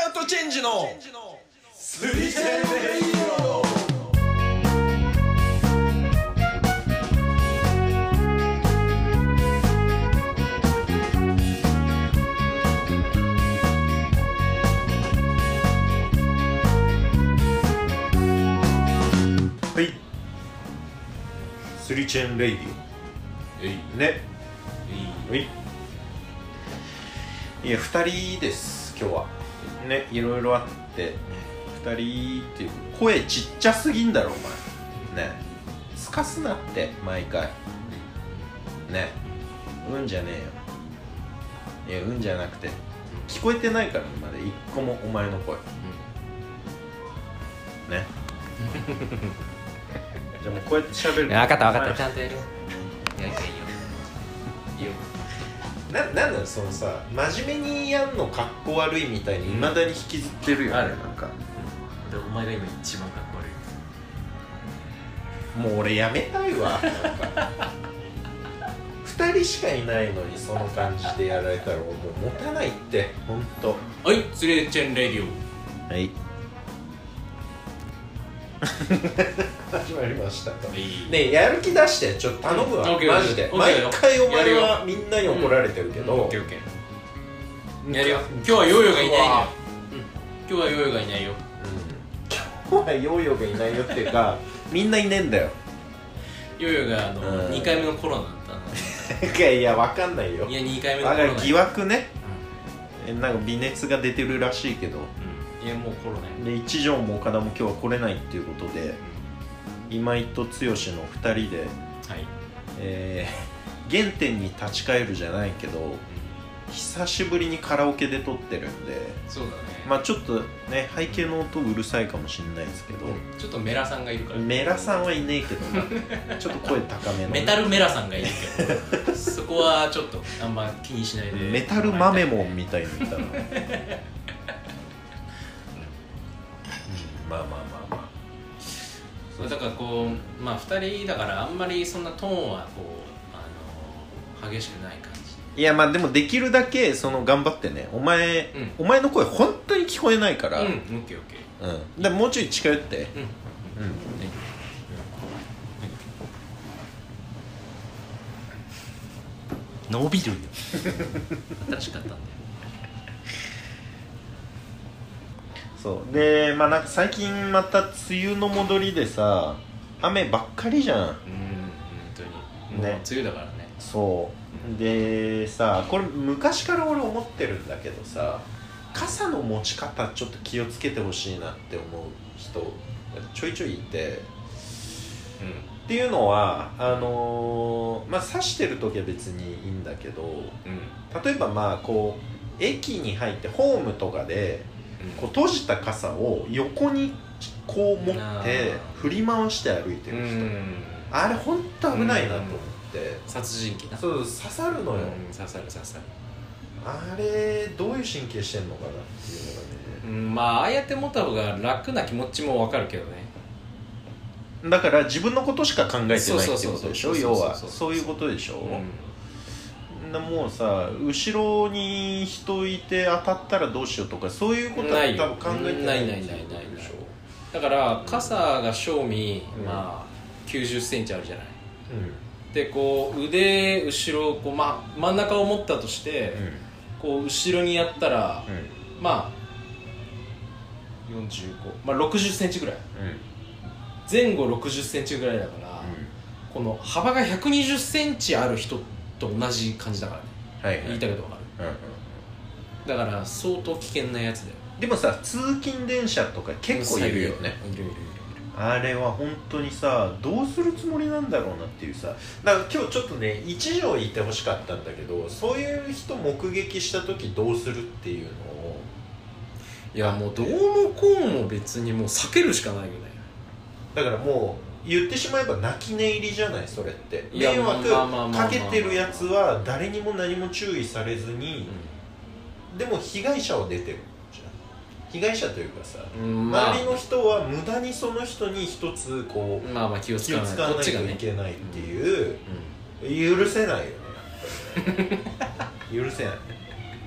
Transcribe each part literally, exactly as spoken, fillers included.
ートチェンジのスリセンレイディオ。はい、スリチェンレイディオ。えいね。えい。いや、ふたりです今日はね。いろいろあってふたりっていう声ちっちゃすぎんだろお前ね。すかすなって毎回ね。うんじゃねえよ。いや、うんじゃなくて聞こえてないからね、まだ一個もお前の声、うん、ねじゃあもうこうやって喋る。 分かった分かった、ちゃんとやるよ。いやいいよいいよ。 な、なんだそのさ、真面目にやんのかっこ悪いみたいに未だに引きずってるよね、 あるなんか。 でお前が今一番かっこ悪い。 もう俺やめたいわなんかふたりしかいないのにその感じでやられたらもう持たないって、ほんと。 はい、スリチェンレディオ。 はい始まりましたと。ねえ、やる気出してちょっと頼むわ、うん、マジで。毎回お前はみんなに怒られてるけど、うん、オッケーオッケーやるよ。今日はヨーヨーがいないんだよ、うん、今日はヨーヨーがいないよ、 うん、今日はヨーヨーがいないよっていうかみんないねえんだよ。 ヨーヨーがあの、うん、にかいめのコロナだったいやいや、わかんないよ。 いや、にかいめのコロナ疑惑ね、うん、なんか微熱が出てるらしいけど、 いや、もうコロナで一条も岡田も今日は来れないっていうことで、うん、今井と剛のふたりで、はい、えー、原点に立ち返るじゃないけど、うん、久しぶりにカラオケで撮ってるんで。 そうだね。 まあちょっとね、背景の音うるさいかもしれないですけど、うん、 ちょっとメラさんがいるから。 メラさんはいねえけどなちょっと声高めの、ね、 メタルメラさんがいるけどそこはちょっとあんま気にしないで。 メタルマメモンみたいに言ったらまあまあまあまあ、 そうだからこう、まあふたりだからあんまりそんなトーンはこう、あのー、激しくない感じ。 いや、まあでもできるだけその頑張ってね。お前、うん、お前の声本当に聞こえないから。 うん、オッケーオッケー。うん。でもうちょい近寄って。うん。うん。 うん、伸びるよ新しかったんだよ。 そうで、まあなんか最近また梅雨の戻りでさ、雨ばっかりじゃん。うん、本当に。ね、もう梅雨だからね。 そうでさ、これ昔から俺思ってるんだけどさ、傘の持ち方ちょっと気をつけてほしいなって思う人ちょいちょいいて、うん、っていうのはあのー、まあ差してる時は別にいいんだけど、うん、例えばまあこう駅に入ってホームとかでこう閉じた傘を横にこう持って振り回して歩いてる人、うん、あれほんと危ないなと思って、 殺人鬼な。 そう、刺さるのよ、うん、 刺さる刺さる。 あれどういう神経してんのかなっていうのがね、 うん、まあああやって持った方が楽な気持ちもわかるけどね。 だから自分のことしか考えてないってことでしょ。要はそういうことでしょ、うん、もうさ、後ろに人いて当たったらどうしようとかそういうことは多分考えてないでしょ。 だから傘が正味、うん、まあきゅうじゅっセンチあるじゃない、うん、でこう腕後ろこう、まあ、真ん中を持ったとして、うん、こう後ろにやったら、うん、まあよんじゅうご、まあ、ろくじゅっセンチぐらい、うん、前後ろくじゅっセンチぐらいだから、うん、この幅がひゃくにじゅっセンチある人と同じ感じだからね、はいはい、言いたいことわかる、うんうん、だから相当危険なやつだよ。 でもさ、通勤電車とか結構いるよね。いるいるいる。あれは本当にさ、どうするつもりなんだろうなっていうさ。だから今日ちょっとね、一条いてほしかったんだけど、そういう人目撃した時どうするっていうのを。 いや、もうどうもこうも別にもう避けるしかないよね。だからもう言ってしまえば泣き寝入りじゃない、それって。迷惑かけてるやつは誰にも何も注意されずに、うん、でも被害者は出てる。被害者というかさ、うんまあ、周りの人は無駄にその人に一つこう、 まあ、まあ気を使わないといけないっていう、ねうん、許せないよね、やっぱりね許せない。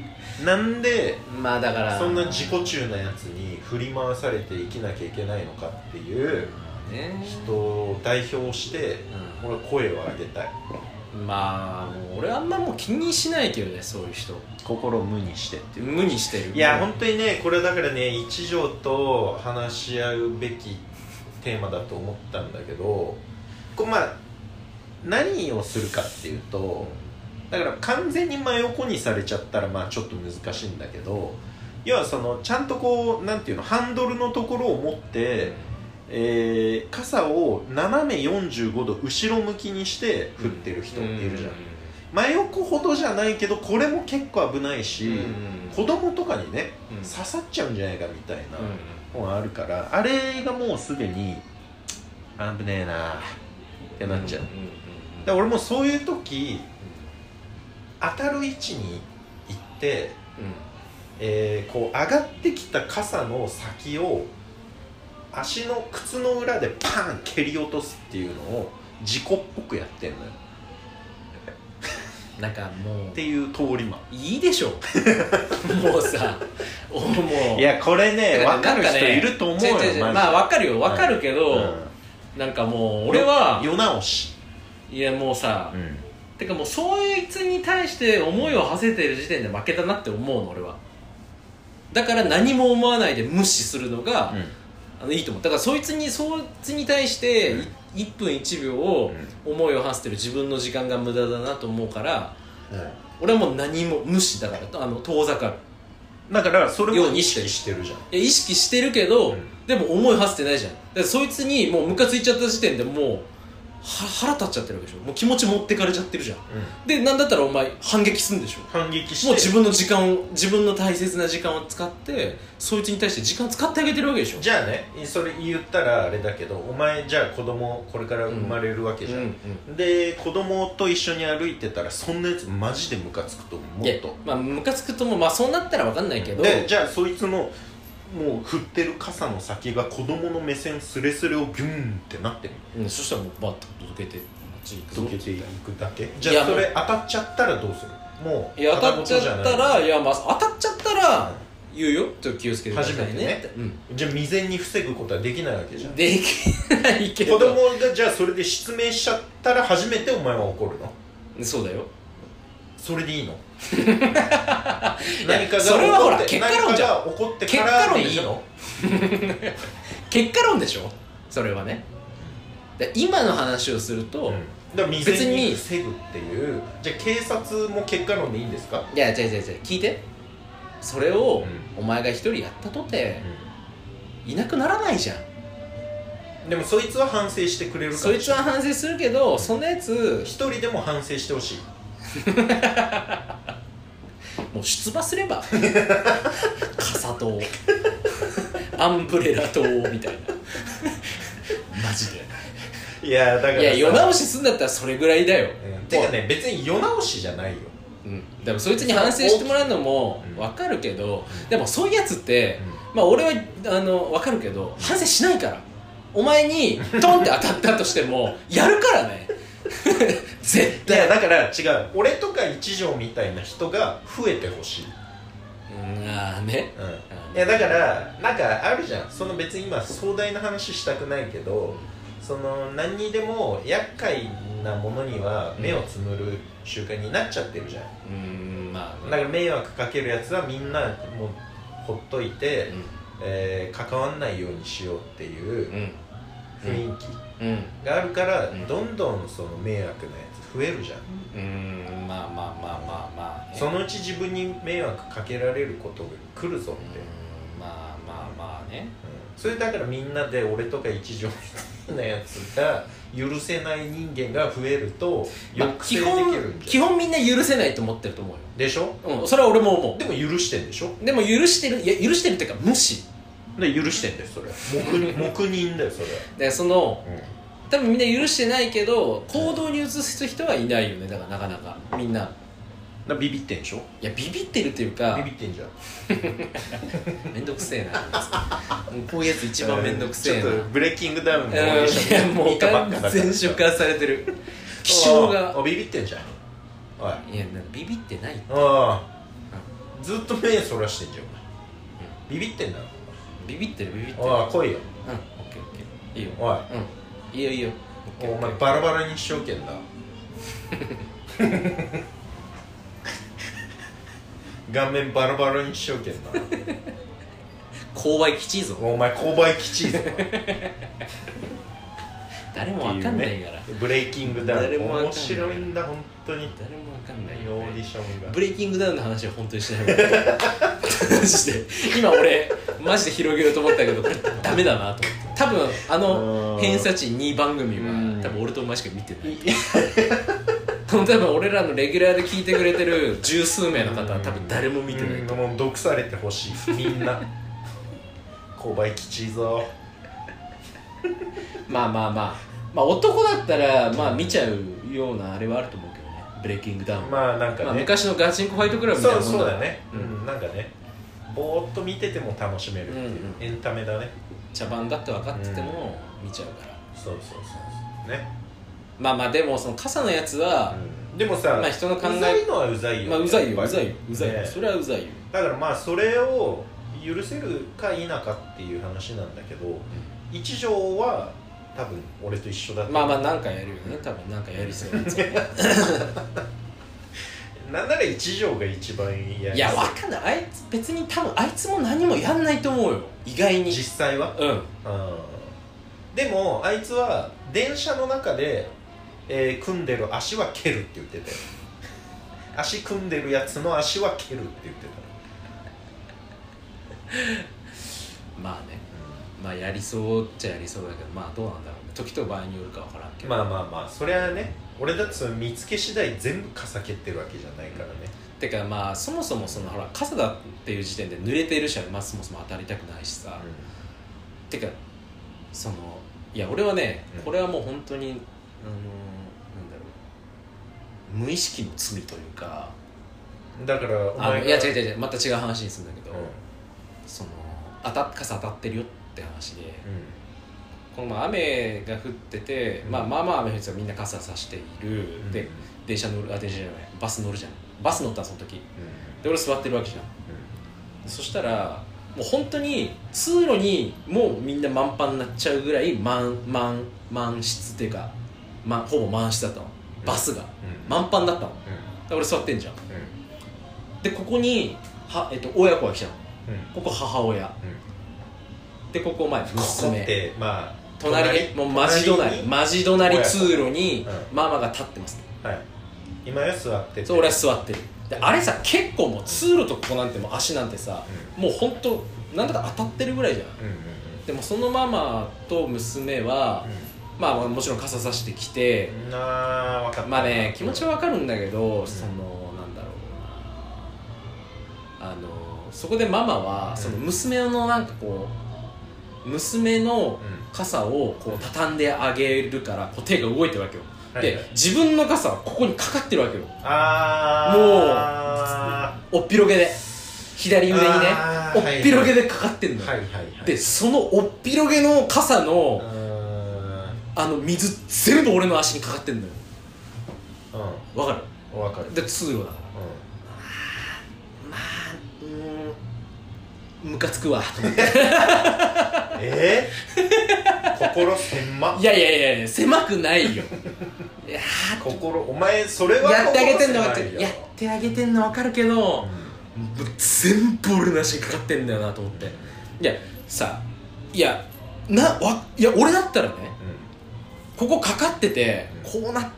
なんでまあだからそんな自己中なやつに振り回されて生きなきゃいけないのかっていう人を代表して、うん、俺は声を上げたい。 まあもう俺あんまもう気にしないけどね、そういう人心を無にしてっていう無にしてる。 いや本当にね、これだからね一条と話し合うべきテーマだと思ったんだけど、こうまあ何をするかっていうと、だから完全に真横にされちゃったらまあちょっと難しいんだけど、要はそのちゃんとこうなんていうの、ハンドルのところを持って、えー、傘を斜めよんじゅうごど後ろ向きにして振ってる人っているじゃん。真横ほどじゃないけどこれも結構危ないし、子供とかにね刺さっちゃうんじゃないかみたいなのがあるから、あれがもうすでに危ねえなってなっちゃう。だから俺もそういう時当たる位置に行って、うんえー、こう上がってきた傘の先を足の靴の裏でパン蹴り落とすっていうのを事故っぽくやってんのよ。 なんかもうっていう通り魔いいでしょもうさもういやこれね分かる人いると思うよ、ね、 まあ分かるよ分かるけど、うん、なんかもう俺は世直しいやもうさ、うん、てかもうそいつに対して思いを馳せてる時点で負けたなって思うの俺は。だから何も思わないで無視するのが、うん、あのいいと思う。だからそいつにそいつに対していっぷんいちびょうを思いを馳せてる自分の時間が無駄だなと思うから、うん、俺はもう何も無視だからあの遠ざかる。 だからそれも意識してるじゃん。 意識してるけど、うん、でも思い馳せてないじゃん。だからそいつにもうムカついちゃった時点でもう腹立っちゃってるわけでしょ。もう気持ち持ってかれちゃってるじゃん、うん、でなんだったらお前反撃するんでしょ。 反撃してもう自分の時間を自分の大切な時間を使ってそいつに対して時間使ってあげてるわけでしょ。 じゃあねそれ言ったらあれだけど、お前じゃあ子供これから生まれるわけじゃん、うんうんうん、で子供と一緒に歩いてたらそんなやつマジでムカつくと思う。もっとまあムカつくともまあそうなったら分かんないけど、 でじゃあそいつのもう振ってる傘の先が子供の目線スレスレをビューンってなってる、 うん、そしたらもうバッと届けて溶けていくだけ。じゃあそれ当たっちゃったらどうする。もういや当たっちゃったらいやまあ当たっちゃったら言うよ、ちょっと気をつけてくださいね。 初めてね、うん、じゃあ未然に防ぐことはできないわけじゃん。 できないけど子供がじゃあそれで失明しちゃったら初めてお前は怒るの。 そうだよ。 それでいいの何かがそれはほら結果論じゃん。 起こってから結果論でいいの結果論でしょそれはね。で今の話をすると、うん、 だから未然に防ぐっていう。じゃあ警察も結果論でいいんですか。 いや違う違う違う聞いて。それを、うん、お前が一人やったとて、うん、いなくならないじゃん。 でもそいつは反省してくれるから。 そいつは反省するけど、そんなやつ一人でも反省してほしいもう出馬すれば傘とアンブレラとみたいなマジで。 いやだからいや世直しすんだったらそれぐらいだよ、 うん、てかね別に世直しじゃないよ、 うん、でもそいつに反省してもらうのも分かるけど、うん、でもそういうやつって、うん、まあ俺はあの分かるけど反省しないから。お前にトンって当たったとしてもやるからね絶対。 いやだから違う、俺とか一条みたいな人が増えてほしい。 うんああね、 うん、いやだからなんかあるじゃん、その別に今壮大な話したくないけど、その何にでも厄介なものには目をつむる習慣になっちゃってるじゃん。うんまあ、ね、だから迷惑かけるやつはみんなもうほっといて、うんえー、関わんないようにしようっていう雰囲気があるから、うん、どんどんその迷惑なやつ増えるじゃん。 うんまあまあまあまあまあ、 そのうち自分に迷惑かけられることが来るぞって。 うんまあまあまあね、 うん、それだからみんなで俺とか一条みたいなやつが許せない人間が増えると抑制できるんじゃん、まあ、基本、 基本みんな許せないと思ってると思うよ。 でしょ、 うん、それは俺も思う。 でも許してんでしょ。 でも許してる、いや許してるっていうか無視で許してんだよそれ黙, 黙認だよそれでその、うん、多分みんな許してないけど行動に移す人はいないよね。だからなかなかみんななビビってんでしょ。 いやビビってるっていうかビビってんじゃんめんどくせえなこういうやつ一番めんどくせえな、 ちょっとブレイキングダウンのいやもう完全触発されてる気性がビビってんじゃん。おいいやビビってないって。 ああずっと目そらしてんじゃん、うん、ビビってんだろ。 ビビってるビビってる。 おい来いよ。 うんオッケーオッケーいいよ。 おい、 うんいいよいいよ。 お前バラバラにしようけんだ顔面バラバラにしようけんな勾配きちいぞ。 お前勾配きちいぞ誰もわかんないから、ね、 ブレイキングダウン誰もわかんない面白いんだ本当に。 誰もわかんない、ね、 オーディションがブレイキングダウンの話は本当にしないマジで今俺マジで広げようと思ったけどこれダメだなと思って。多分あの偏差値に番組は多分俺とお前しか見てない多分俺らのレギュラーで聞いてくれてる十数名の方は多分誰も見てないと思う。 もう毒されてほしいみんな勾配きちいぞまあまあまあまあ男だったらまあ見ちゃうようなあれはあると思うけどね、ブレイキングダウン。 まあなんかね、 まあ、昔のガチンコファイトクラブみたいなもんだ。 そうそうだね、 うん、 なんかねぼーっと見てても楽しめるっていう、うんうん、エンタメだね。 茶番だって分かってても見ちゃうから、 うん、そうそうそうね。 まあまあでもその傘のやつは、 うん、でもさ、 まあ、人の考えうざいのはうざいよ、ね、 まあうざいようざいようざいよ、ね、それはうざいよ。 だからまあそれを許せるか否かっていう話なんだけど、うん、一条は多分俺と一緒だと。 まあまあなんかやるよね、多分なんかやりそうなやつなんなら一条が一番やりそう。 いやわかんない、あいつ別に多分あいつも何もやんないと思うよ意外に。 実際はうん、うん、 でもあいつは電車の中で、えー、組んでる足は蹴るって言ってて足組んでるやつの足は蹴るって言ってたまあね、まあやりそうっちゃやりそうだけど、まあどうなんだろうね、時と場合によるかわからんけど。 まあまあまあそれはね、俺だってその見つけ次第全部傘蹴ってるわけじゃないからね。 てかまあそもそもそのほら傘だっていう時点で濡れてるし、まあそもそも当たりたくないしさ、うん、てかそのいや俺はね、うん、これはもう本当にあのなんだろう、無意識の罪というか、 だからお前があのいや違う違う違うまた違う話にするんだけど、 うん、その当た傘当たってるよって話で、うん、このまあ雨が降ってて、うん、まあ、まあまあ雨降ってたらみんな傘さしている、うん、で電車乗るあ電車じゃないバス乗るじゃん、バス乗ったその時、うん、で俺座ってるわけじゃん、うん、そしたらもう本当に通路にもうみんな満帆になっちゃうぐらい満満満室っていうか、ま、ほぼ満室だったの、バスが、うん、満帆だったの、うん、で俺座ってんじゃん、うん、でここには、えっと、親子が来たの、うん、ここ母親、うん、でここ前娘、ここってまあ隣もうマジ隣マジ隣通路にママが立ってます、 うん、はい、今は座ってて、 そう俺は座ってる。であれさ結構もう通路とここなんてもう足なんてさ、うん、もうほんとなんだか当たってるぐらいじゃん、うんうんうん、でもそのママと娘は、うん、まあもちろん傘さしてきて、 なあ分かった、 まあね気持ちは分かるんだけど、うん、そのなんだろうな、あのそこでママは、うん、その娘のなんかこう娘の傘をこう畳んであげるからこう手が動いてるわけよ、はいはい、で自分の傘はここにかかってるわけよ、あもうおっぴろげで左腕にねおっぴろげでかかってんの、はいはいはい、でそのおっぴろげの傘のあの水全部俺の足にかかってんのよ、うん、分かる分かる、 で通路だから、うん、まあうーんムカつくわと思ってえー、心狭っ。 いやいやいや狭くないよいや心お前それはやってあげてんの分かるやってあげてんの分かるけど、うん、もう全部俺の足にかかってんだよなと思って、いやさいやなわいや俺だったらね、うん、ここかかってて、うん、こうなって、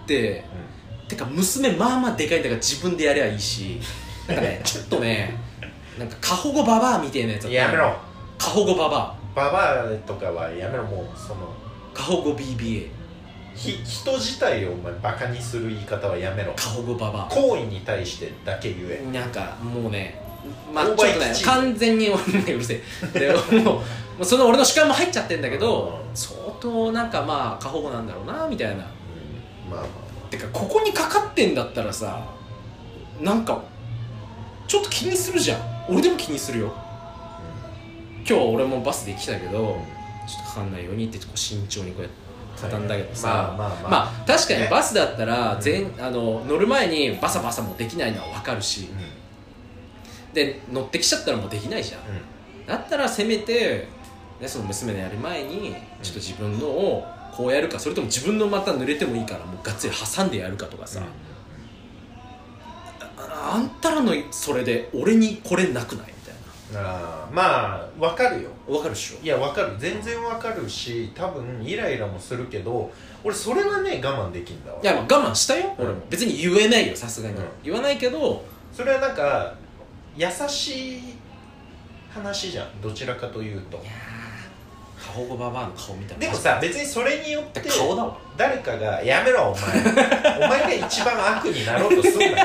うん、てか娘まあまあでかいんだから自分でやりゃいいしなんかねちょっとねなんか過保護ババアみたいなやつだったやめろ過保護ババアババアとかはやめろ、もうその過保護 ビービーエーひ人自体をお前バカにする言い方はやめろ、 過保護ババア行為に対してだけ言え、 なんかもうねまあちょっとね完全にうるせえでもうもうその俺の主観も入っちゃってんだけど、うん、相当なんかまあ過保護なんだろうなみたいな、うん、まあまあまあてかここにかかってんだったらさなんかちょっと気にするじゃん、俺でも気にするよ、今日は俺もバスで来たけど、ちょっとかかんないようにってこう慎重にこうやって畳んだけどさ、はいはい、まあまあまあ、まあ、確かにバスだったら全、ね、あの乗る前にバサバサもできないのは分かるし、 で乗ってきちゃったらもうできないじゃん、うん、だったらせめて、ね、その娘のやる前にちょっと自分のをこうやるか、それとも自分のまた濡れてもいいからもうがっつり挟んでやるかとかさ、うん、あ, あんたらのそれで俺にこれなくないみたいな。 あまあ分かるよ。 分かるっしょ。 いや分かる、全然分かるし、多分イライラもするけど俺それはね我慢できんだわ。 いやまあ我慢したよ、うん、俺も別に言えないよさすがに、うん、言わないけどそれはなんか優しい話じゃん、どちらかというと。いや過保護ババアの顔みたいな。 でもさ別にそれによって顔だわ、 誰かがやめろお前お前が一番悪になろうとすんな。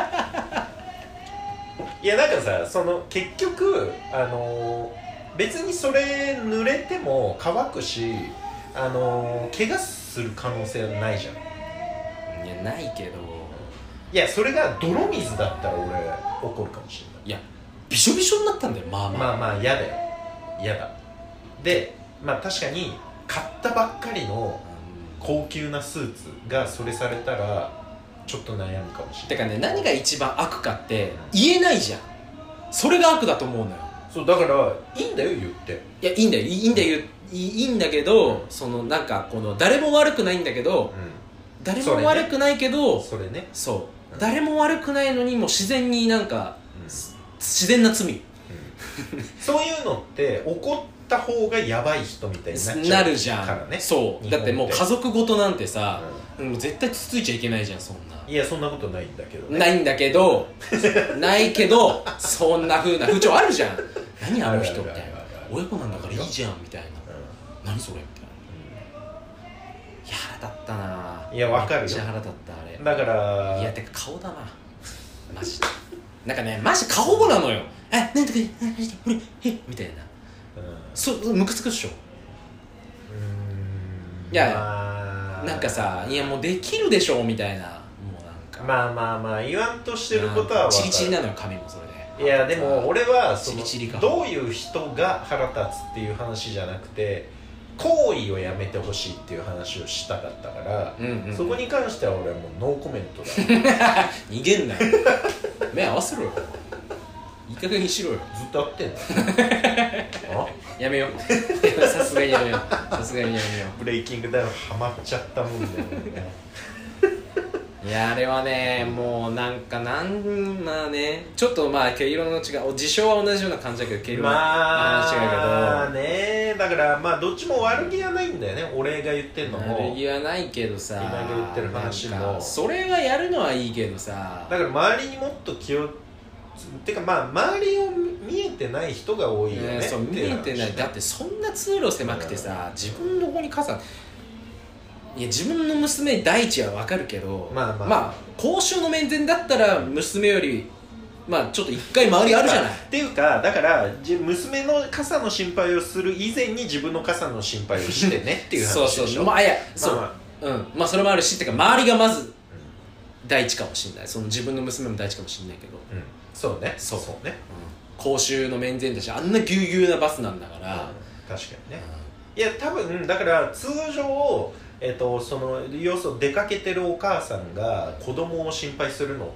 いやなんかさ、その結局あのー、別にそれ濡れても乾くし、あのー、怪我する可能性はないじゃん。 いやないけど、 いやそれが泥水だったら俺怒るかもしれない。 いやびしょびしょになったんだよ。まあまあまあまあ嫌だよ、嫌だ。でまあ確かに買ったばっかりの高級なスーツがそれされたらちょっと悩むかもしれない。 てかね、何が一番悪かって言えないじゃん。それが悪だと思うのよ。 そうだからいいんだよ言って。 いやいいんだよ、いいんだよ、いい、いいんだけど、うん、そのなんかこの誰も悪くないんだけど、うん、誰も悪くないけどそれね、それねそう、うん、誰も悪くないのにもう自然になんか、うん、自然な罪、うん、 そういうのって怒った方がヤバい人みたいになっちゃうからね。 なるじゃん。そうだってもう家族ごとなんてさ、うん、もう絶対つついちゃいけないじゃんそんな。 いやそんなことないんだけどね。 ないんだけどないけどそんな風な風潮あるじゃん。何あの人みたいな、親子なんだからいいじゃんみたいな、うん、何それみたいな、うん、いや腹立ったな。 いや分かるよ、めっちゃ腹立ったあれ。 だからいやてか顔だなマジで。なんかねマジ過保護なのよ。えなんとかマジで俺えみたいな、うん、そムカつくっしょ。うーんいや、まあ、なんかさいやもうできるでしょみたいな、もうなんかまあまあまあ言わんとしてることは分かる。 チリチリなのよ髪もそれで。 いやでも俺はそのチリチリかどういう人が腹立つっていう話じゃなくて行為をやめてほしいっていう話をしたかったから、うんうん、そこに関しては俺はもうノーコメントだ。 逃げんなよ目合わせろよ、いい加減にしろよ。 ずっと会ってんだあやめようさすがにやめようさすがにやめよう。 ブレイキングダウンハマっちゃったもんだよね。 いやあれはねもうなんかなんまあねちょっとまあ毛色の違う自称は同じような感じだけど毛色の話違うけどまあねだからまあどっちも悪気はないんだよね。俺が言ってるのも悪気はないけどさ、 今が言ってる話もそれがやるのはいいけどさ、 だから周りにもっと気をてかまあ周りを見えてない人が多いよね。 ねそう見えてない。だってそんな通路狭くてさ、自分の子に傘いや自分の娘第一は分かるけど、まあまあ、まあ、公衆の面前だったら娘よりまあちょっと一回周りあるじゃないっていうか、だから娘の傘の心配をする以前に自分の傘の心配をしてねっていう話でしょ。 そうそうまあいや、そう、まあ、うんまあそれもあるしってか周りがまず第一かもしれない。その自分の娘も第一かもしれないけど、 うん、そうねそうそうね、うん、公衆の面前だしあんなぎゅうぎゅうなバスなんだから、うん、 確かにね、うん、いや多分だから通常えー、とその要するに出かけてるお母さんが子供を心配するのって、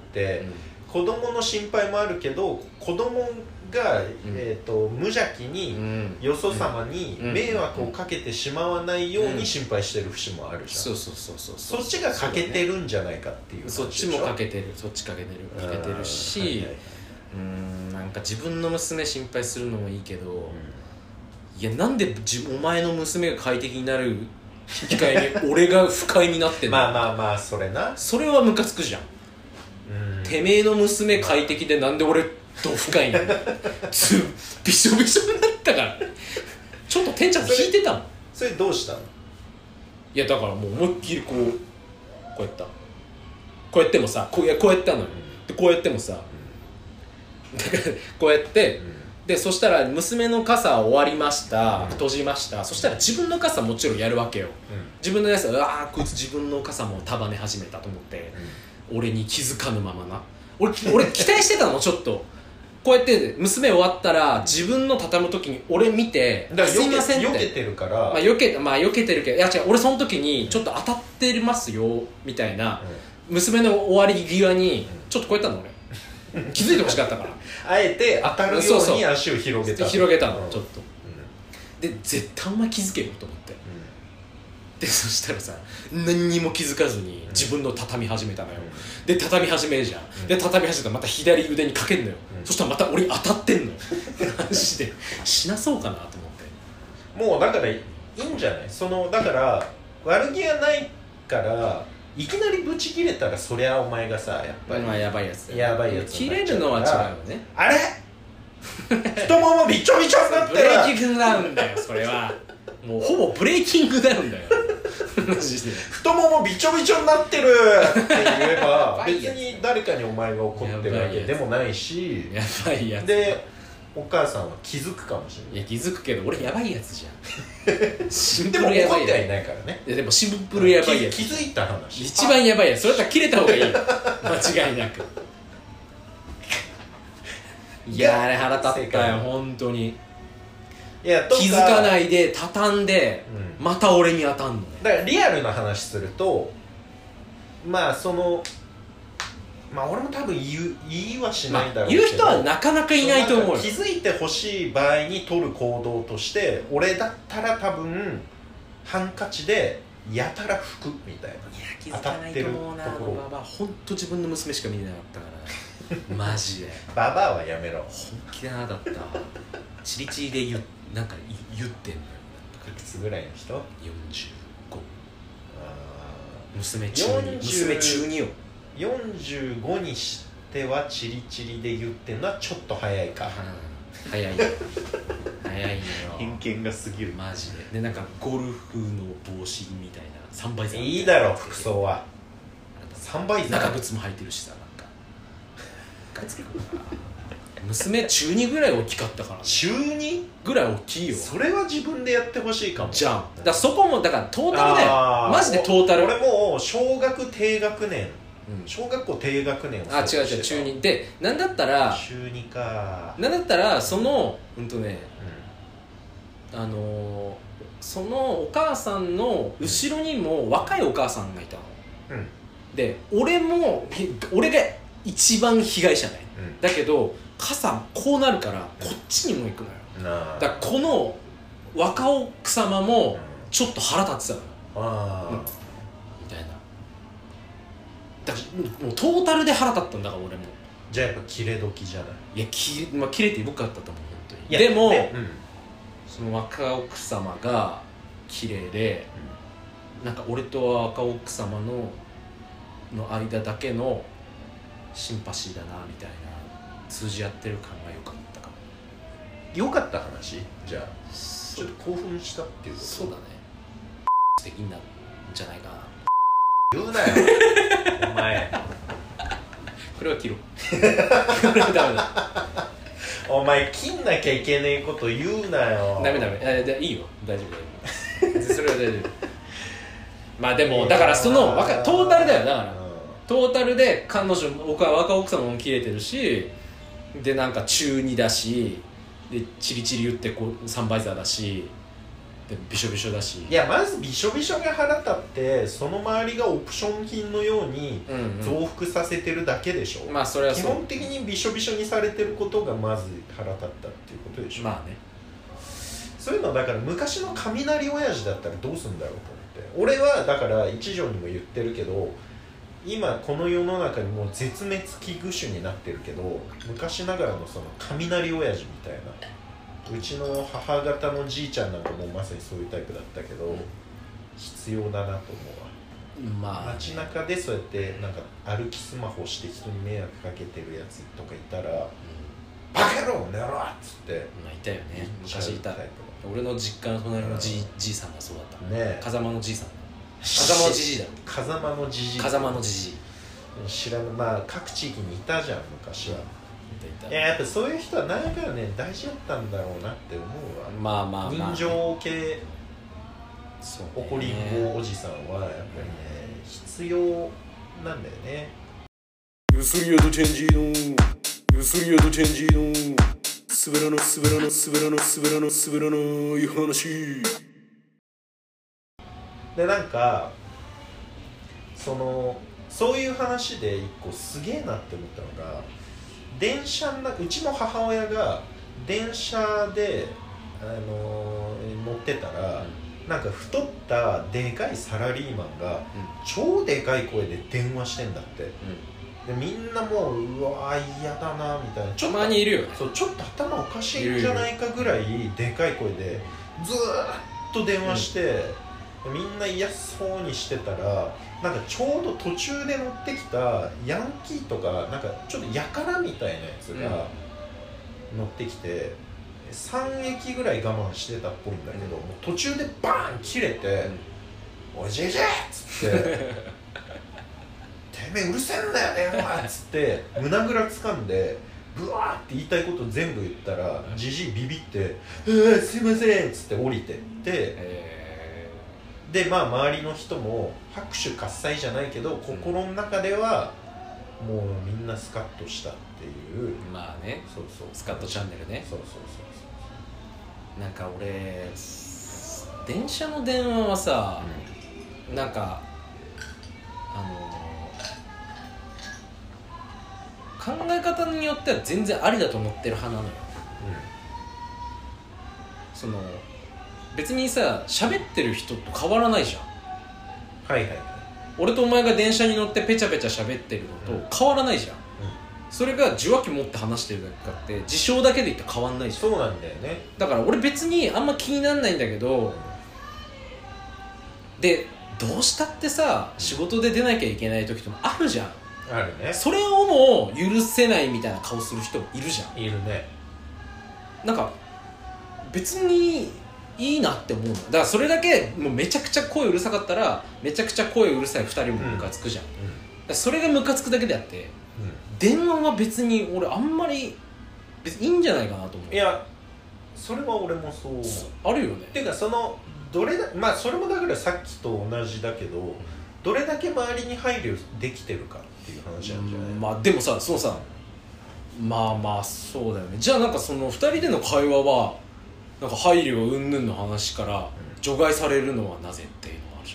うん、子供の心配もあるけど子供が、うんえー、と無邪気に、うん、よそ様に迷惑をかけてしまわないように心配してる節もあるじゃん、うん、 そうそうそうそうそっちが欠けてるんじゃないかっていう話でしょ。 そっちも欠けてるそっち欠けてる欠けてるし、はいはいはい、うーんなんか自分の娘心配するのもいいけど、うん、いやなんでじお前の娘が快適になる引き換えに俺が不快になってんのまあまあまあそれなそれはムカつくじゃん。うんてめえの娘快適でなんで俺と不快なのつびしょびしょになったからちょっとてんちゃん引いてたもん。 それどうしたの。 いやだからもう思いっきりこうこうやったこうやってもさこうやこうやったのよ、うん、でこうやってもさ、うん、だからこうやって、うんでそしたら娘の傘終わりました、うん、閉じました。そしたら自分の傘もちろんやるわけよ、うん、自分のやつはうわーこいつ自分の傘も束ね始めたと思って、うん、俺に気づかぬままな俺, 俺期待してたのちょっとこうやって娘終わったら自分の畳む時に俺見てだからすいませんって避けてるから、 まあ、避けまあ避けてるけどいや違う俺その時にちょっと当たってますよみたいな、うん、娘の終わり際にちょっとこうやったの俺気づいてほしかったからあえて当たるように足を広げた広げたの、 うん、 ちょっと、うん、で絶対お前気づけよと思って、うん、でそしたらさ何にも気づかずに自分の畳み始めたのよ、うん、で畳み始めるじゃん、うん、で畳み始めたらまた左腕にかけんのよ、うん、そしたらまた俺当たってんのよマジで死なそうかなと思って。 もうだからいいんじゃない、そのだから悪気がないからいきなりブチ切れたらそりゃお前がさやっぱり、 まあ、やばいやつだよ、 やばいやつ切れるのは違うよね。 あれ太ももびちょびちょになってるブレーキングダウンだよそれはもうほぼブレーキングダウンだよマジで太ももびちょびちょになってるって言えば別に誰かにお前が怒ってるわけでもないし、 やばいやつでお母さんは気づくかもしれない。 いや気づくけど俺やばいやつじゃんシンプでもルやばいやつ怒ってはいないからね。 いやでもシンプルやばいやつ気づいた話一番やばいやつ、それだったら切れた方がいい間違いなくいやあれ腹立ったよ本当に。 いや気づかないで畳んで、うん、また俺に当たんのね。 だからリアルな話するとまあそのまあ俺も多分言う言いはしないだろうけど、 まあ、言う人はなかなかいないと思うよ。 気づいてほしい場合に取る行動として俺だったら多分ハンカチでやたら拭くみたいな。いや気づかないと思うな。あのババアほんと自分の娘しか見てなかったからマジでババアはやめろ。 本気だなだったチリチリで言なんか言ってんのよ。 いくつぐらいの人？よんじゅうご。 あ娘中に娘中によ。 よんじゅうごにしてはチリチリで言ってんのはちょっと早いか、 うん、早いよ早いよ偏見が過ぎるマジで。でなんかゴルフの帽子みたいなサンバイザーいいだろ服装はサンバイザー中靴も履いてるしさなんかガツ娘中にぐらい大きかったから、ね、 中にぐらい大きいよ。 それは自分でやってほしいかも。 じゃんだからそこもだからトータルだよマジでトータル。 俺もう小学低学年小学校低学年をあ違う違う中にでなんだったら中にかなんだったらそのうんとね、うん、あのー、そのお母さんの後ろにも若いお母さんがいたの、うん、で俺も俺が一番被害者ね、うん、だけど傘こうなるからこっちにも行くのよ、うん、だからこの若奥様もちょっと腹立ってたのよ、あ、うんだもうトータルで腹立ったんだから俺も。 じゃあやっぱキレ時じゃない。 いやキレ、まあ、キレてよかったと思う本当に。でも、ね、うん、その若奥様がキレで、うん、なんか俺と若奥様のの間だけのシンパシーだなみたいな通じ合ってる感が良かったかも。 良かった話じゃあちょっと興奮したっていうこと。 そうだね素敵になるんじゃないかな。 言うなよお前これは切ろうこれはダメだお前切んなきゃいけねえこと言うなよ。 ダメダメあいいよ大丈夫大丈夫それは大丈夫まあでもだからそのトータルだよだから、うん、トータルで彼女僕は若奥様も切れてるしでなんか中にだしでチリチリ言ってこうサンバイザーだしでびしょびしょだし。 いやまずびしょびしょが腹立ってその周りがオプション品のように増幅させてるだけでしょ、うんうん、 まあそれはそう。基本的にびしょびしょにされてることがまず腹立ったっていうことでしょ。 まあねそういうのだから昔の雷親父だったらどうすんだろうと思って。俺はだから一条にも言ってるけど今この世の中にもう絶滅危惧種になってるけど昔ながらのその雷親父みたいなうちの母方のじいちゃんなんかもまさにそういうタイプだったけど、うん、必要だなと思うわ。まあ、街中でそうやってなんか歩きスマホして人に迷惑かけてるやつとかいたら、うん、バカ野郎寝ろっつって、 まあ、いたよね昔いた。俺の実家の隣のじい、じいさんがそうだったね。風間のじいさん風間のじじいだ風間のじじい風間のじじい知らない。まあ各地域にいたじゃん昔は、うんいややっぱそういう人は何やからね大事だったんだろうなって思うわ。 まあまあまあ、 人情系怒りんぼおじさんはやっぱりね必要なんだよね。 ゆすりやとチェンジーのゆすりやとチェンジーのすべらのすべらのすべらのすべらのすべらのいい話でなんかそのそういう話で一個すげえなって思ったのが電車なうちの母親が電車で、あのー、乗ってたら、うん、なんか太ったでかいサラリーマンが、うん、超でかい声で電話してんだって、うん、でみんなもううわ嫌だなみたいな、 たまにいるよね。 そうちょっと頭おかしいんじゃないかぐらいでかい声でずーっと電話して、うん、みんな嫌そうにしてたら、なんかちょうど途中で乗ってきたヤンキーとかなんかちょっとやからみたいなやつが乗ってきて、うん、さん駅ぐらい我慢してたっぽいんだけど、うん、もう途中でバーン切れて「うん、おいじいじい!」っつって「てめえうるせえんだよ電話!」っつって胸ぐらつかんでブワーって言いたいこと全部言ったら、じじいビビって「えー、すいません!」っつって降りてって、えーでまあ周りの人も拍手喝采じゃないけど心の中ではもうみんなスカッとしたっていう、 まあね、 そうそうスカッとチャンネルね。 そうそうそうそう。なんか俺電車の電話はさ、うん、なんかあのー、考え方によっては全然ありだと思ってる派なのよ、うん、その別にさ喋ってる人と変わらないじゃん。 はいはいはい。 俺とお前が電車に乗ってペチャペチャ喋ってるのと変わらないじゃん、うん、それが受話器持って話してるだけかって事象だけで言ったら変わんないじゃん。 そうなんだよね。 だから俺別にあんま気にならないんだけど、でどうしたってさ仕事で出なきゃいけない時ともあるじゃん。 あるね。 それをもう許せないみたいな顔する人もいるじゃん。 いるね。なんか別にいいなって思うの。だからそれだけもうめちゃくちゃ声うるさかったらめちゃくちゃ声うるさいふたりもムカつくじゃん、うんうん、だからそれがムカつくだけであって、うん、電話は別に俺あんまり別にいいんじゃないかなと思う。 いやそれは俺もそう思う。 あるよね。 っていうかそのどれだまあそれもだからさっきと同じだけどどれだけ周りに配慮できてるかっていう話なんじゃない。 まあでもさそのさまあまあそうだよね。じゃあなんかそのふたりでの会話はなんか配慮云々の話から除外されるのはなぜっていうのがあるじ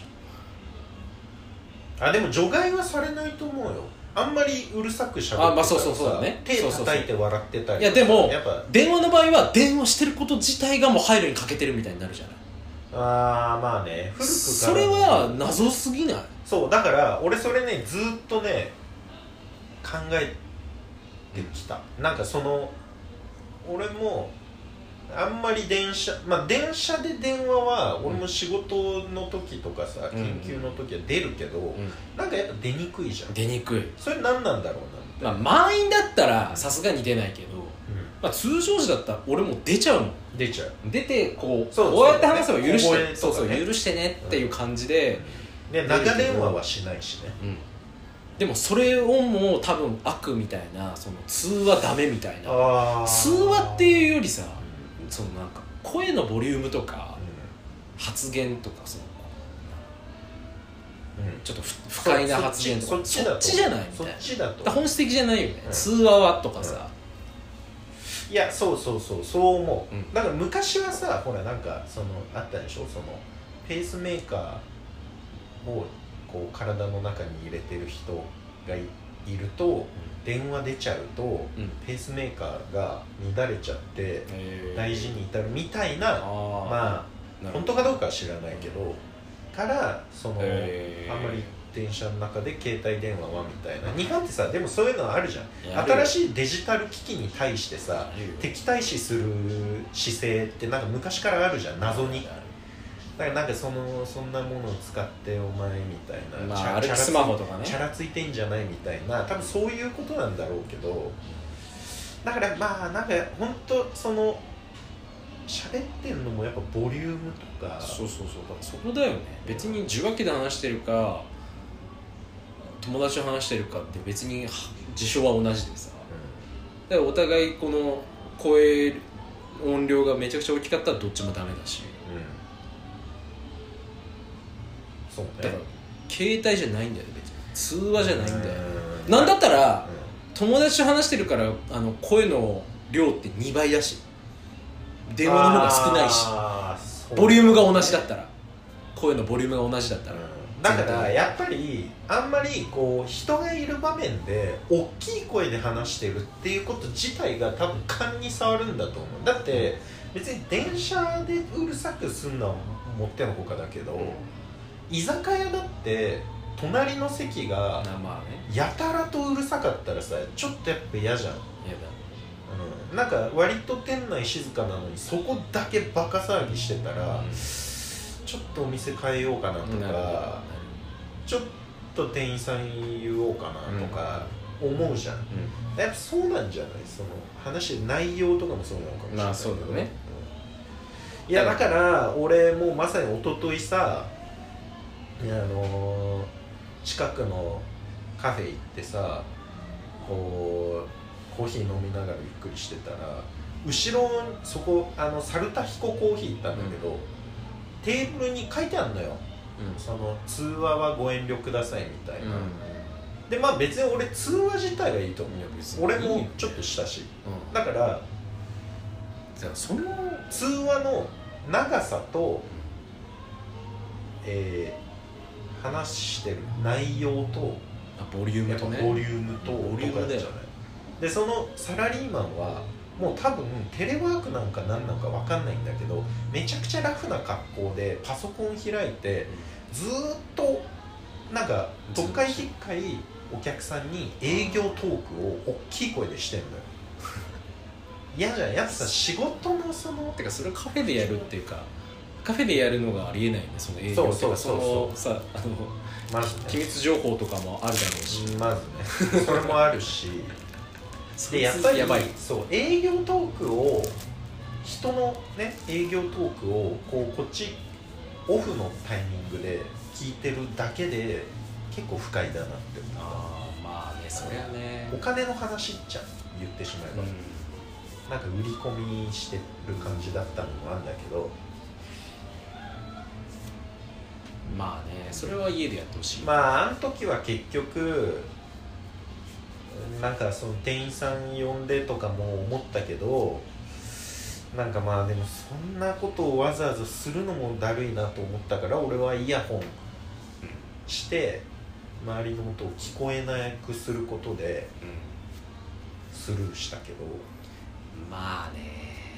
ゃん。あでも除外はされないと思うよ。あんまりうるさくしゃべってたらさ、 あ、まあそうそうそうだね、 手叩いて笑ってたり。 いやでもやっぱ電話の場合は電話してること自体がもう配慮に欠けてるみたいになるじゃない。 あーまあね、古くからそれは謎すぎない？ そうだから俺それねずっとね考えてきた。なんかその俺もあんまり電車まあ電車で電話は俺も仕事の時とかさ、うん、研究の時は出るけど、うん、なんかやっぱ出にくいじゃん。 出にくい。 それ何なんだろうな。 まあ満員だったらさすがに出ないけど、うんまあ、通常時だったら俺も出ちゃうもん。 出ちゃう。 出てこうそうこうやって話せば許して、 ね、 そうそう許してねっていう感じで、 うん、で長電話はしないしね、 うん、でもそれをもう多分悪みたいなその通話ダメみたいな通話っていうよりさ、うん、そのなんか声のボリュームとか、うん、発言とかその、うん、ちょっと不快な発言とかそっちだとそっちじゃないみたいな。 そっちだと本質的じゃないよね、うん、通話はとかさ、 うん、いやそうそうそうそう思う、うん、だから昔はさほらなんかそのあったでしょそのペースメーカーをこう体の中に入れてる人が い, いると、うん、電話出ちゃうと、うん、ペースメーカーが乱れちゃって大事に至るみたいな、あまあ本当かどうかは知らないけどからそのあんまり電車の中で携帯電話はみたいな。日本ってさでもそういうのあるじゃん。新しいデジタル機器に対してさ敵対視する姿勢ってなんか昔からあるじゃん謎に。だからなんかそのそんなものを使ってお前みたいな、 まあ、歩きスマホとかねチャラついてんじゃないみたいな多分そういうことなんだろうけど、だからまあなんか本当その喋ってるのもやっぱボリュームとかそうそうそうそこだよね。別に受話器で話してるか友達と話してるかって別に事象は同じでさ、うん、だからお互いこの声音量がめちゃくちゃ大きかったらどっちもダメだし、うんそうね、 だから携帯じゃないんだよね別に通話じゃないんだよ。なんだったら、うん、友達と話してるからあの声の量ってにばいだし電話の方が少ないしボリュームが同じだったら声のボリュームが同じだったら、うん、 だからやっぱりあんまりこう人がいる場面で大きい声で話してるっていうこと自体が多分勘に触るんだと思う。だって別に電車でうるさくすんのはもってのほかだけど、居酒屋だって隣の席がやたらとうるさかったらさ、ちょっとやっぱ嫌じゃん。嫌だ、うん、なんか割と店内静かなのにそこだけバカ騒ぎしてたら、うん、ちょっとお店変えようかなとか、ちょっと店員さんに言おうかなとか思うじゃん、うん、やっぱそうなんじゃない？その話内容とかもそうなのかもしれないけど、まあそうだね、うん、いやだから俺もうまさに一昨日さ、あのー、近くのカフェ行ってさ、こうコーヒー飲みながらゆっくりしてたら、後ろそこあのサルタヒココーヒー行ったんだけど、うん、テーブルに書いてあるのよ、うん、その通話はご遠慮くださいみたいな、うん、でまあ別に俺通話自体はいいと思うよ、俺もちょっとしたし、うん、だからその通話の長さと、えー、話してる内容とボリュームとね、 ボリュームとボリュームだよね。でそのサラリーマンはもう多分テレワークなんか何なのか分かんないんだけど、めちゃくちゃラフな格好でパソコン開いてずーっとなんか特会引っかいお客さんに営業トークを大きい声でしてんのよ。嫌じゃん。やっぱさ仕事のそのてかそれをカフェでやるっていうか、カフェでやるのがありえないね、その営業とか、そうそうそうそう、さあの、まずね、機密情報とかもあるだろうし、 まずねそれもあるしでやっぱりやばい、そう営業トークを人のね営業トークをこうこっちオフのタイミングで聞いてるだけで結構不快だなって思った。 あーまあね、そりゃね、 お金の話っちゃ言ってしまえば、うん、なんか売り込みしてる感じだったのもあるんだけど、 まあね、それは家でやってほしい。 まああの時は結局なんかその店員さん呼んでとかも思ったけど、なんかまあでもそんなことをわざわざするのもだるいなと思ったから、俺はイヤホンして周りの音を聞こえなくすることでスルーしたけど、 まあね、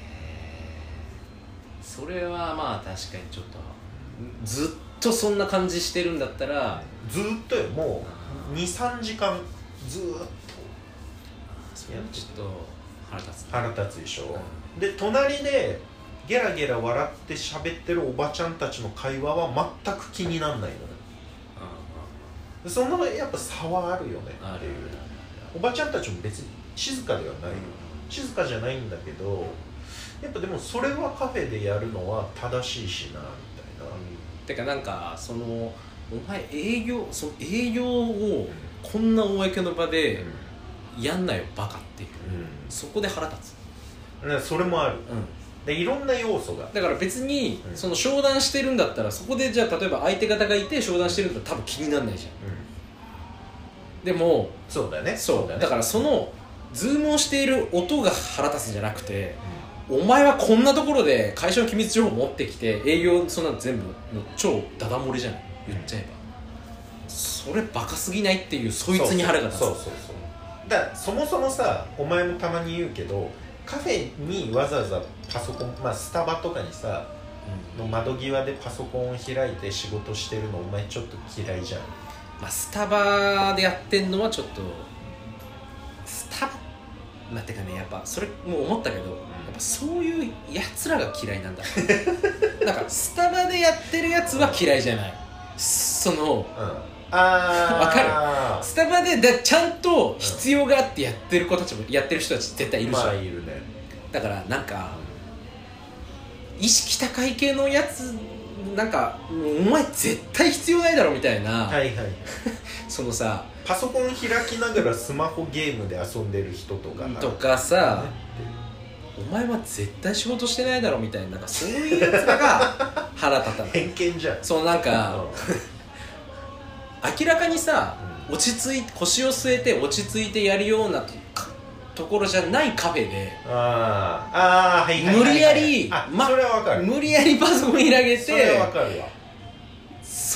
それはまあ確かにちょっとずっとそんな感じしてるんだったら、 ずっとよ、もう にさんじかんずっとそれはちょっと腹立つ、 腹立つでしょ、うん、で隣でゲラゲラ笑って喋ってるおばちゃんたちの会話は全く気にならないのよ、うん、そのやっぱ差はあるよねっていう。おばちゃんたちも別に静かではない、うん、静かじゃないんだけど、やっぱでもそれはカフェでやるのは正しいしなみたいな、 うん、てかなんかそのお前営業その営業をこんな公の場でやんなよバカっていう、うん、そこで腹立つ、 ね、それもある、うん、でいろんな要素がだから別に、うん、その商談してるんだったらそこでじゃあ例えば相手方がいて商談してるんだったら多分気にならないじゃん、うん、でもそうだねそうだね、だからそのズームをしている音が腹立つんじゃなくて、うん、お前はこんなところで会社の機密情報持ってきて営業そんなの全部の超ダダ漏れじゃない言っちゃえば、それバカすぎないっていう、そいつに腹が立つ。 そうそうそうそう、だからそもそもさ、お前もたまに言うけどカフェにわざわざパソコン、まあスタバとかにさ、うん、の窓際でパソコンを開いて仕事してるのお前ちょっと嫌いじゃん。 まあスタバでやってんのはちょっとスタバまあてかね、やっぱそれも思ったけど、うん、やっぱそういうやつらが嫌いなんだなんかスタバでやってるやつは嫌いじゃない、その、うん、あ分かる、スタバでだちゃんと必要があってやってる子たちも、やってる人たち絶対いるし、 まあいるね。 だからなんか意識高い系のやつなんかお前絶対必要ないだろみたいな、はいはいそのさパソコン開きながらスマホゲームで遊んでる人とかとかさ、ね、お前は絶対仕事してないだろみたいな、なんかそういうやつらが腹立たない偏見じゃん。 そうなんか明らかにさ、うん、落ち着いて腰を据えて落ち着いてやるような と, ところじゃないカフェで、 ああ、はいはいはいはい、 無理やり、 ま、それはわかる。 無理やりパソコン開けて、 それはわかるわ。 そ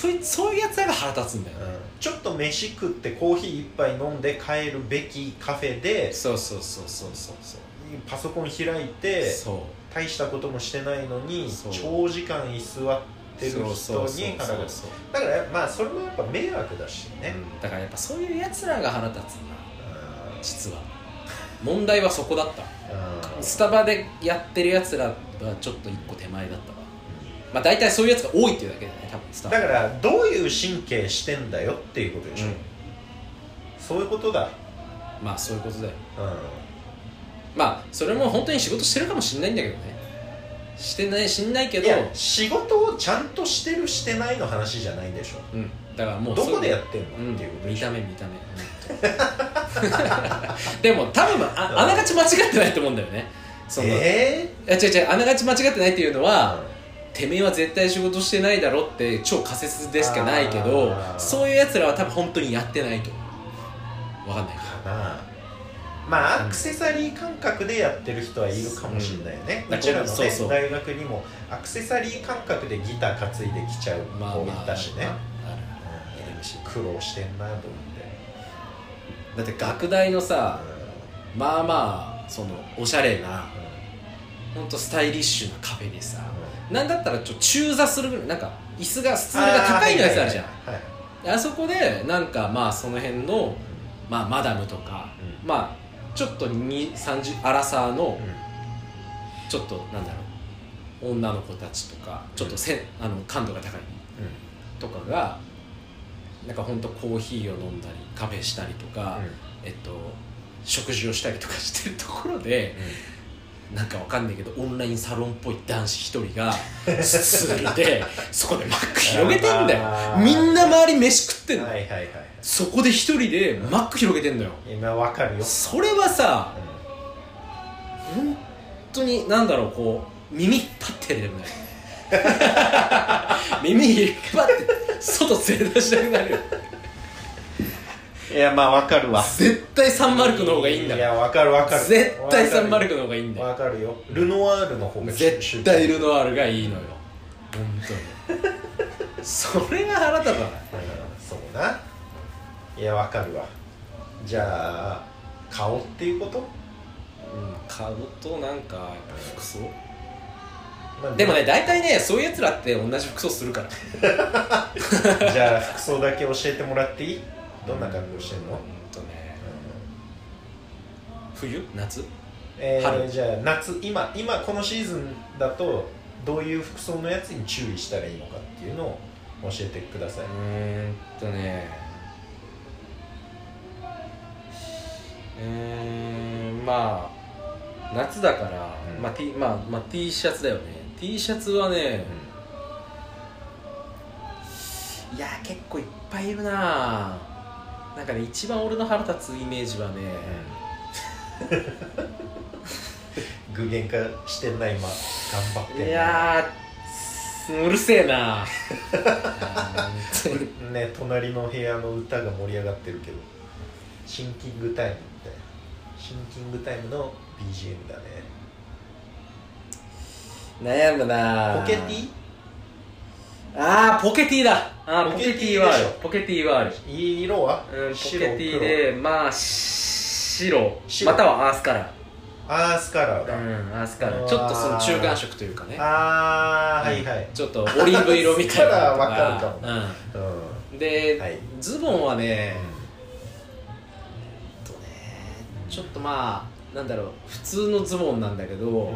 そういうそういうやつらが腹立つんだよ、ね、 うん、ちょっと飯食ってコーヒー一杯飲んで帰るべきカフェでそうそうそうそうそうそうパソコン開いてそう大したこともしてないのに長時間居座ってる人に腹が立つ。だからまあそれもやっぱ迷惑だしね、 うん、だからやっぱそういうやつらが腹立つんだ実は。問題はそこだった。スタバでやってるやつらはちょっと一個手前だったわ、うん、まあ大体そういうやつが多いっていうだけだね多分スタバだからどういう神経してんだよっていうことでしょ、うん、そういうことだ。 まあそういうことだよ、 うん、 まあそれも本当に仕事してるかもしんないんだけどね。してないしんないけど、 いや仕事をちゃんとしてるしてないの話じゃないんでしょ、うん、 だからもうどこでやってんの、 うん、 っていうこと見た目見た目でも多分 あ, あながち間違ってないと思うんだよね。そのえー、いや違う違うあながち間違ってないっていうのは、うん、てめえは絶対仕事してないだろって超仮説でしかないけど、そういうやつらは多分本当にやってないと分かんないかな。まあアクセサリー感覚でやってる人はいるかもしれないよね、うん、うちらの、ね、そうそう大学にもアクセサリー感覚でギター担いできちゃう子いたしね、まあまあ、ある、うん、苦労してんなと思って。 だって学大のさ、うん、まあまあそのおしゃれな、うん、ほんとスタイリッシュなカフェでさ、うん、なんだったらちょっと中座するぐらいなんか椅子がスツールが高いのやつあるじゃん。 あ,、はいはいはい、あそこでなんかまあその辺の、うん、まあマダムとか、うん、まあちょっとに、さんじゅうアラサーの、うん、ちょっとなんだろう女の子たちとかちょっとせ、うん、あの感度が高い、うん、とかがなんかほんとコーヒーを飲んだりカフェしたりとか、うん、えっと食事をしたりとかしてるところで、うん、なんかわかんないけどオンラインサロンっぽい男子一人がスツールでそこでマック広げてんだよ。みんな周り飯食ってんの、はいはいはい、そこで一人でマック広げてんのよ。 今わかるよ。 それはさ、うん、本当になんだろうこう耳引っ張ってやりたくなる耳引っ張って外連れ出したくなるよ。 いやまあわかるわ。 絶対サンマルクの方がいいんだ。 いやわかるわかる。 絶対サンマルクの方がいいんだよ。 わかるよ。ルノワールの方が絶対ルノワールがいいのよ。本当に。それが腹立たない。 そうな。いやわかるわ。じゃあ顔っていうこと？うん、 顔となんか服装？まあ、でもね大体ねそういうやつらって同じ服装するからじゃあ服装だけ教えてもらっていい？どんな格好してんの？うんとね、うん、冬？夏？ えー、春？じゃあ夏今今このシーズンだとどういう服装のやつに注意したらいいのかっていうのを教えてください。うーんとねえー、まあ夏だから、うんまあ T まあまあ、T シャツだよね。T シャツはね、うん、いや結構いっぱいいるな。なんかね一番俺の腹立つイメージはね、 うん、具現化してんな今頑張ってんな。 いやーうるせえなね隣の部屋の歌が盛り上がってるけどシンキングタイムみたいなシンキングタイムの ビージーエム だね。 悩むな。 ポケティ？ あーポケティだ。あーポケティはある。ポケティはある。 色は？ うん、ポケティでまあ白またはアースカラー。 アースカラーだ。 うんアースカラー。ちょっとその中間色というかね。 あーはいはい。 ちょっとオリーブ色みたいなのとか。 わかるかも。 うん。で、はい、ズボンはね、うん、とねちょっとまあなんだろう普通のズボンなんだけど。うん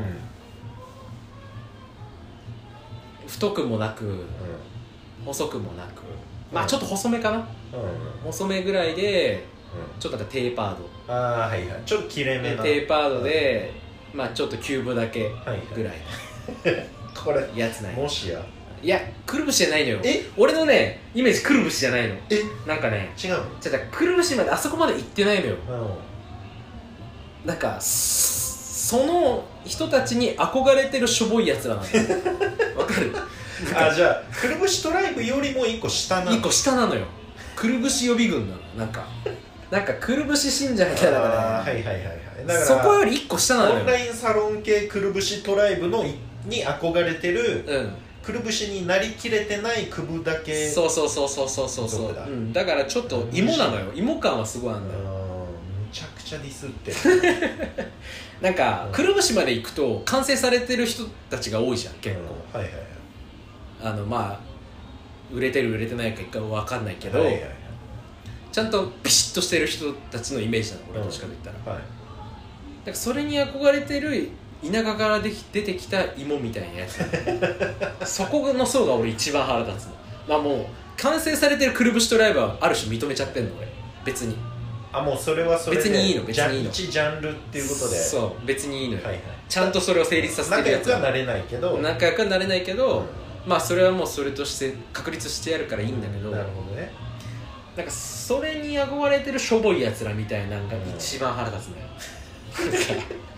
太くもなく、うん、細くもなく、まあちょっと細めかな、うん、細めぐらいで、うん、ちょっとなんかテーパード、 ああはいはいちょっと切れ目なテーパードで、うん、まあちょっとキューブだけぐらい、 はいはい、これやつないもしやいやくるぶしじゃないのよ。 え俺のねイメージくるぶしじゃないの。 えなんかね違うのちょっとくるぶしまであそこまで行ってないのよ、 うん、 なんかその人たちに憧れてるしょぼいやつらなんだよわかるあじゃあくるぶしトライブよりも一個下なの。 一個下なのよ。くるぶし予備軍なの。なんかなんかくるぶし信者みたいなのがね、 はいはいはいはいだからそこより一個下なのよ。 オンラインサロン系くるぶしトライブのに憧れてるくるぶしになりきれてないくぶだけ。 そうそうそうそうそうそうそうだ、うん、だからちょっと芋なのよ。芋感はすごいあるんだよ。 むちゃくちゃディスってるなんか、うん、くるぶしまで行くと完成されてる人たちが多いじゃん結構、 うん、はいはいはい。 あのまあ売れてる売れてないか一回分かんないけど、はいはいはい、ちゃんとビシッとしてる人たちのイメージなの俺どっちかと言ったら、うんはい、だからそれに憧れてる田舎からでき出てきた芋みたいなやつそこの層が俺一番腹立つの。まあもう完成されてるくるぶしとライブはある種認めちゃってんの俺別に。 あ、もうそれはそれで別にいいの別にいいの一ジャンルっていうことで。 そう別にいいのよ、はいはい、ちゃんとそれを成立させてるやつ仲良くはなれないけど仲良くはなれないけど、うん、まあそれはもうそれとして確立してやるからいいんだけど、 うん、なるほどね。 なんかそれに憧れてるしょぼいやつらみたいなのが一番腹立つのよ、うん、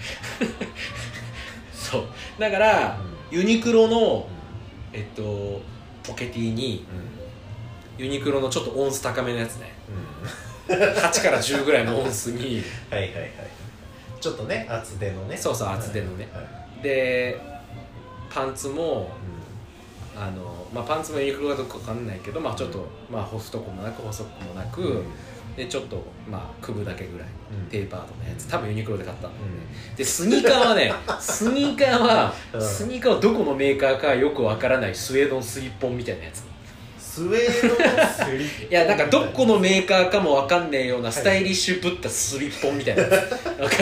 そうだから、うん、ユニクロの、うん、えっとポケティに、うん、ユニクロのちょっとオンス高めのやつね、うん、はちからじゅうぐらいのオンスにはいはいはい、ちょっとね厚手のね。 そうそう厚手のね、はいはい、でパンツも、うん、あのまあ、パンツもユニクロがどこか分かんないけど、まあ、ちょっと、うんまあ、太くもなく細くもなく、うん、でちょっと、まあ、くぶだけぐらい、うん、テーパードのやつ多分ユニクロで買ったんだよね、うん、でスニーカーはねスニーカーは、うん、スニーカーはどこのメーカーかよく分からないスウェードのスリッポンみたいなやつ。 スウェードのスリッポンいやなんかどこのメーカーかも分かんねえようなスタイリッシュぶったスリッポンみたいなやつ分かる分か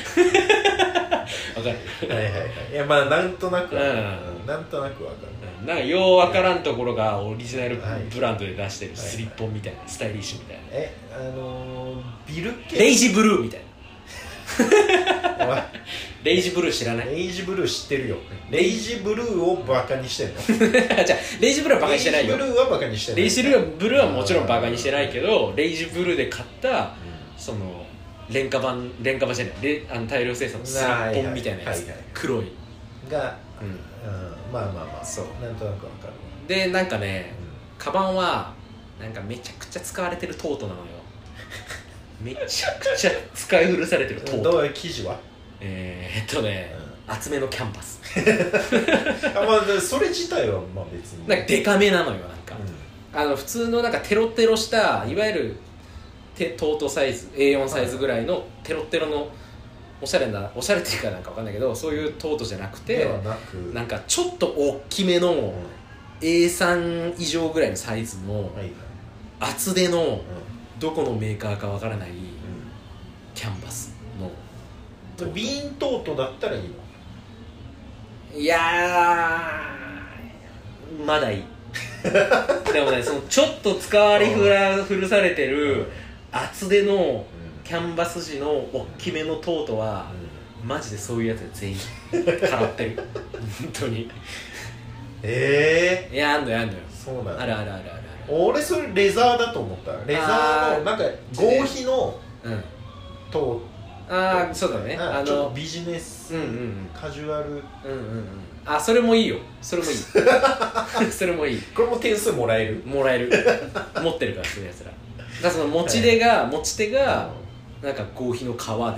るはいはいはい。いやまあなんとなく、うん、なんとなく分かる。 なんかようわからんところがオリジナルブランドで出してるスリッポンみたいな、はいはい、スタイリッシュみたいな。 え、あのー、ビル系レイジブルーみたいなレイジブルー知らない？ レイジブルー知ってるよ。レイジブルーをバカにしてんのじゃあレイジブルーはバカにしてないよ。 レイジブルーはバカにしてない。 レイジブルーはもちろんバカにしてないけど、レイジブルーで買った、うん、その廉価版廉価版じゃないレあの大量生産のスリッポンみたいなやつ、はいはい、黒いが、うんうん、まあまあまあそうなんとなくわかるわ。 でなんかね、うん、カバンはなんかめちゃくちゃ使われてるトートなのよめちゃくちゃ使い古されてるトート。 どういう生地はえー、っとね、うん、厚めのキャンパスあ、まあ、それ自体はまあ別になんかデカめなのよ。なんか、うん、あの普通のなんかテロテロしたいわゆるテトートサイズ エーよん サイズぐらいのテロテロのおしゃれなおしゃれっていうかなんかわかんないけどそういうトートじゃなくてなくなんかちょっと大きめの、うん、エースリー 以上ぐらいのサイズの、はい、厚手の、うん、どこのメーカーかわからない、うん、キャンバスのビーントートだったらいいの？ いやーまだいいでもねそのちょっと使われ古されてる厚手のキャンバス地の大きめのトートは、うん、マジでそういうやつで全員払ってる本当にええー、 いやあんのよあんのよ。 そうなんだ。 あるあるあるある。 俺それレザーだと思った。レザーのなんか合皮のトート。 ああそうだね。 あのちょっとビジネス、うんうんうん、カジュアル、うんうんうん、 あそれもいいよ。それもいいそれもいい。 これも点数もらえる？ もらえる持ってるからそういうやつらだからその持ち手が、はい、持ち手がなんか合皮の皮で、うん、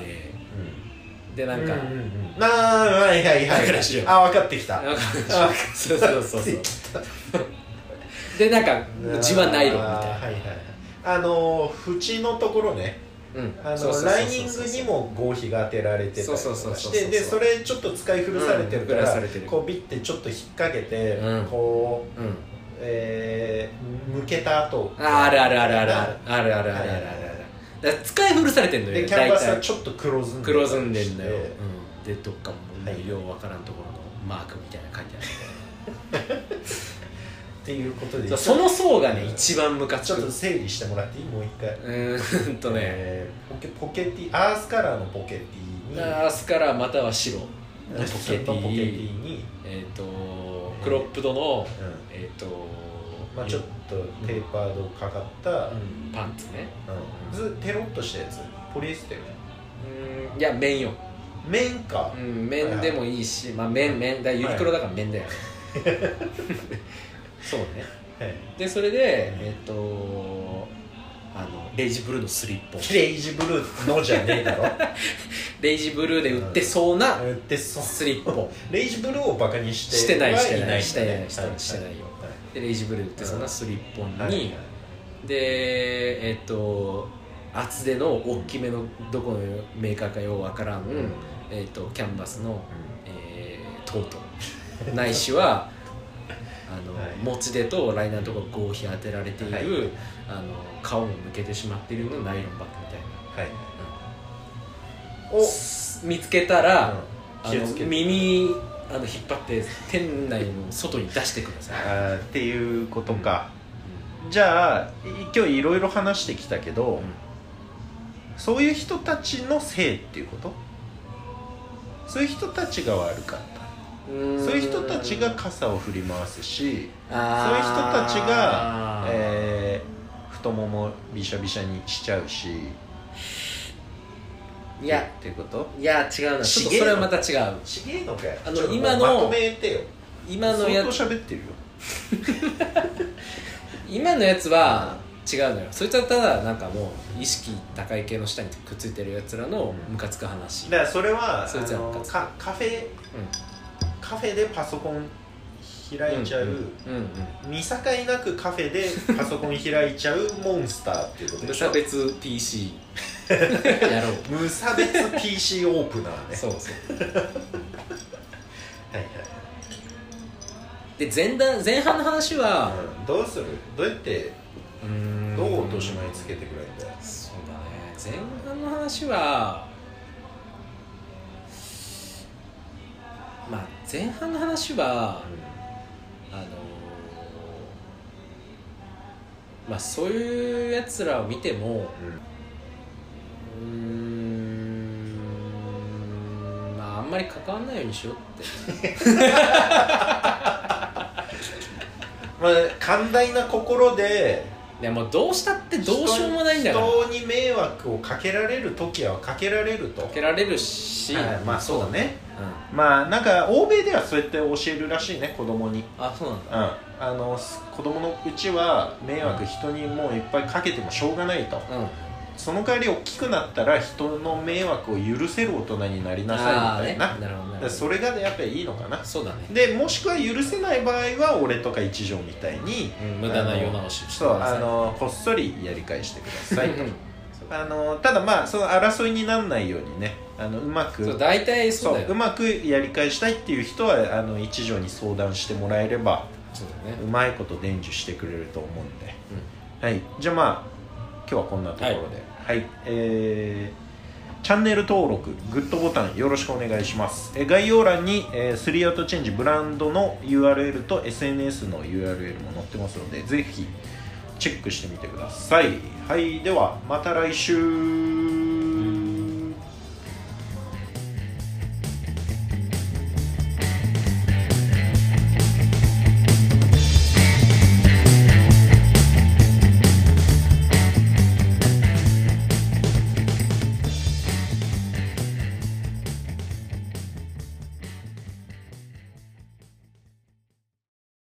でなんか、うんうんうん、 ああはいはいはいあ分かってきたそうそうそうそうでなんか地はナイロンみたいな、はいはいはい、 あの縁のところね、うん、あのライニングにも合皮が当てられてたりとかしてでそれちょっと使い古されてるから、うん、こうビッてちょっと引っ掛けて、うん、こう、うんえー、向けた後ああるあるあるあるあるあるあるあるあるあるだから使い古されてんのよ。 でキャンバスはちょっと黒ずんで黒ずんでんだよ、うん、でどっかもようわからんところのマークみたいな書いてあるっていうことでその層がね一番ムカつく。 ちょっと整理してもらっていい？もう一回うーんとね、 えー、ポケ、ポケティアースカラーのポケティにアースカラーまたは白のポケティ、 ポケティにえっ、ー、とクロップドの、うん、えっ、ー、とまあちょっとテーパードかかった、うん、 パンツね、 うん、ずテロッとしたやつポリエステルうんいや綿よ綿か、 うん、綿でもいいし、まあ綿綿だユニクロだから綿だよね、はい、そうね、はい、でそれでえっ、ー、とあのレイジブルーのスリッポンレイジブルーのじゃねえだろレイジブルーで売ってそうな売ってそうスリッポンレイジブルーをバカにしてしてないしてないしてないしてないしてないよでレイジブルー売ってそうなスリッポンに、 はいはい、 でえっと厚手の大きめのどこのメーカーかようわからん、うん、えっとキャンバスの、うんえー、トートないしはあの、はい、持ち手とライナーのところ合皮当てられている、はい、あの顔も向けてしまっているのナイロンバッグみたいな、はいうん、を見つけたら、うん、あの耳あの引っ張って店内の外に出してくださいあっていうことか、うん、じゃあ今日いろいろ話してきたけど、うん、そういう人たちのせいっていうこと？そういう人たちが悪かった。そういう人たちが傘を振り回すし、そういう人たちが、えー、太ももびしゃびしゃにしちゃうし、 いやっていうこと？ いや違うな、ちょっとそれはまた違う。 ちげえのかよ。 あの今のまとめてよ。 今のやつ相当喋ってるよ。 今のやつは違うのよ。そいつはただなんかもう意識高い系の下にくっついてるやつらのムカつく話。 だからそれはそいつはムカつく。 カフェ、うん、カフェでパソコン開いちゃう、うんうんうん、見境なくカフェでパソコン開いちゃうモンスターっていうことでしょ。 無差別 ピーシー やろう。 無差別 ピーシー オープナーね。 そうそうはいはい。で 前, 段前半の話は、 うん、どうする？どうやってうーんどう落とし前つけてくれるんだよ。 そうだね。前半の話はまあ前半の話は、うん、あのまあそういうやつらを見ても、うん、うーんまああんまり関わんないようにしようってまあ寛大な心でいやもうどうしたってどうしようもないんだから人に迷惑をかけられる時はかけられるとかけられるし、 はい、まあそうだね、うん、まあなんか欧米ではそうやって教えるらしいね子供に。 あそうなんだ、 うん、あの子供のうちは迷惑人にもういっぱいかけてもしょうがないと、うん、その代わり大きくなったら人の迷惑を許せる大人になりなさいみたいな、 ね、なるほどなるほど。 それがやっぱりいいのかな。 そうだね。 でもしくは許せない場合は俺とか一条みたいに、 うん、無駄な世直ししてください。そうあのこっそりやり返してくださいとあのただまあその争いにならないようにねあのうまくそう大体そうだよ。 そううまくやり返したいっていう人はあの一条に相談してもらえればそうだ、ね、 うまいこと伝授してくれると思うんで、うん、はいじゃあまあ今日はこんなところで、はい、はい、えーチャンネル登録、グッドボタンよろしくお願いします。え概要欄に、えー、スリーアウトチェンジブランドの ユーアールエル と エスエヌエス の ユーアールエル も載ってますのでぜひチェックしてみてください。はい、ではまた来週。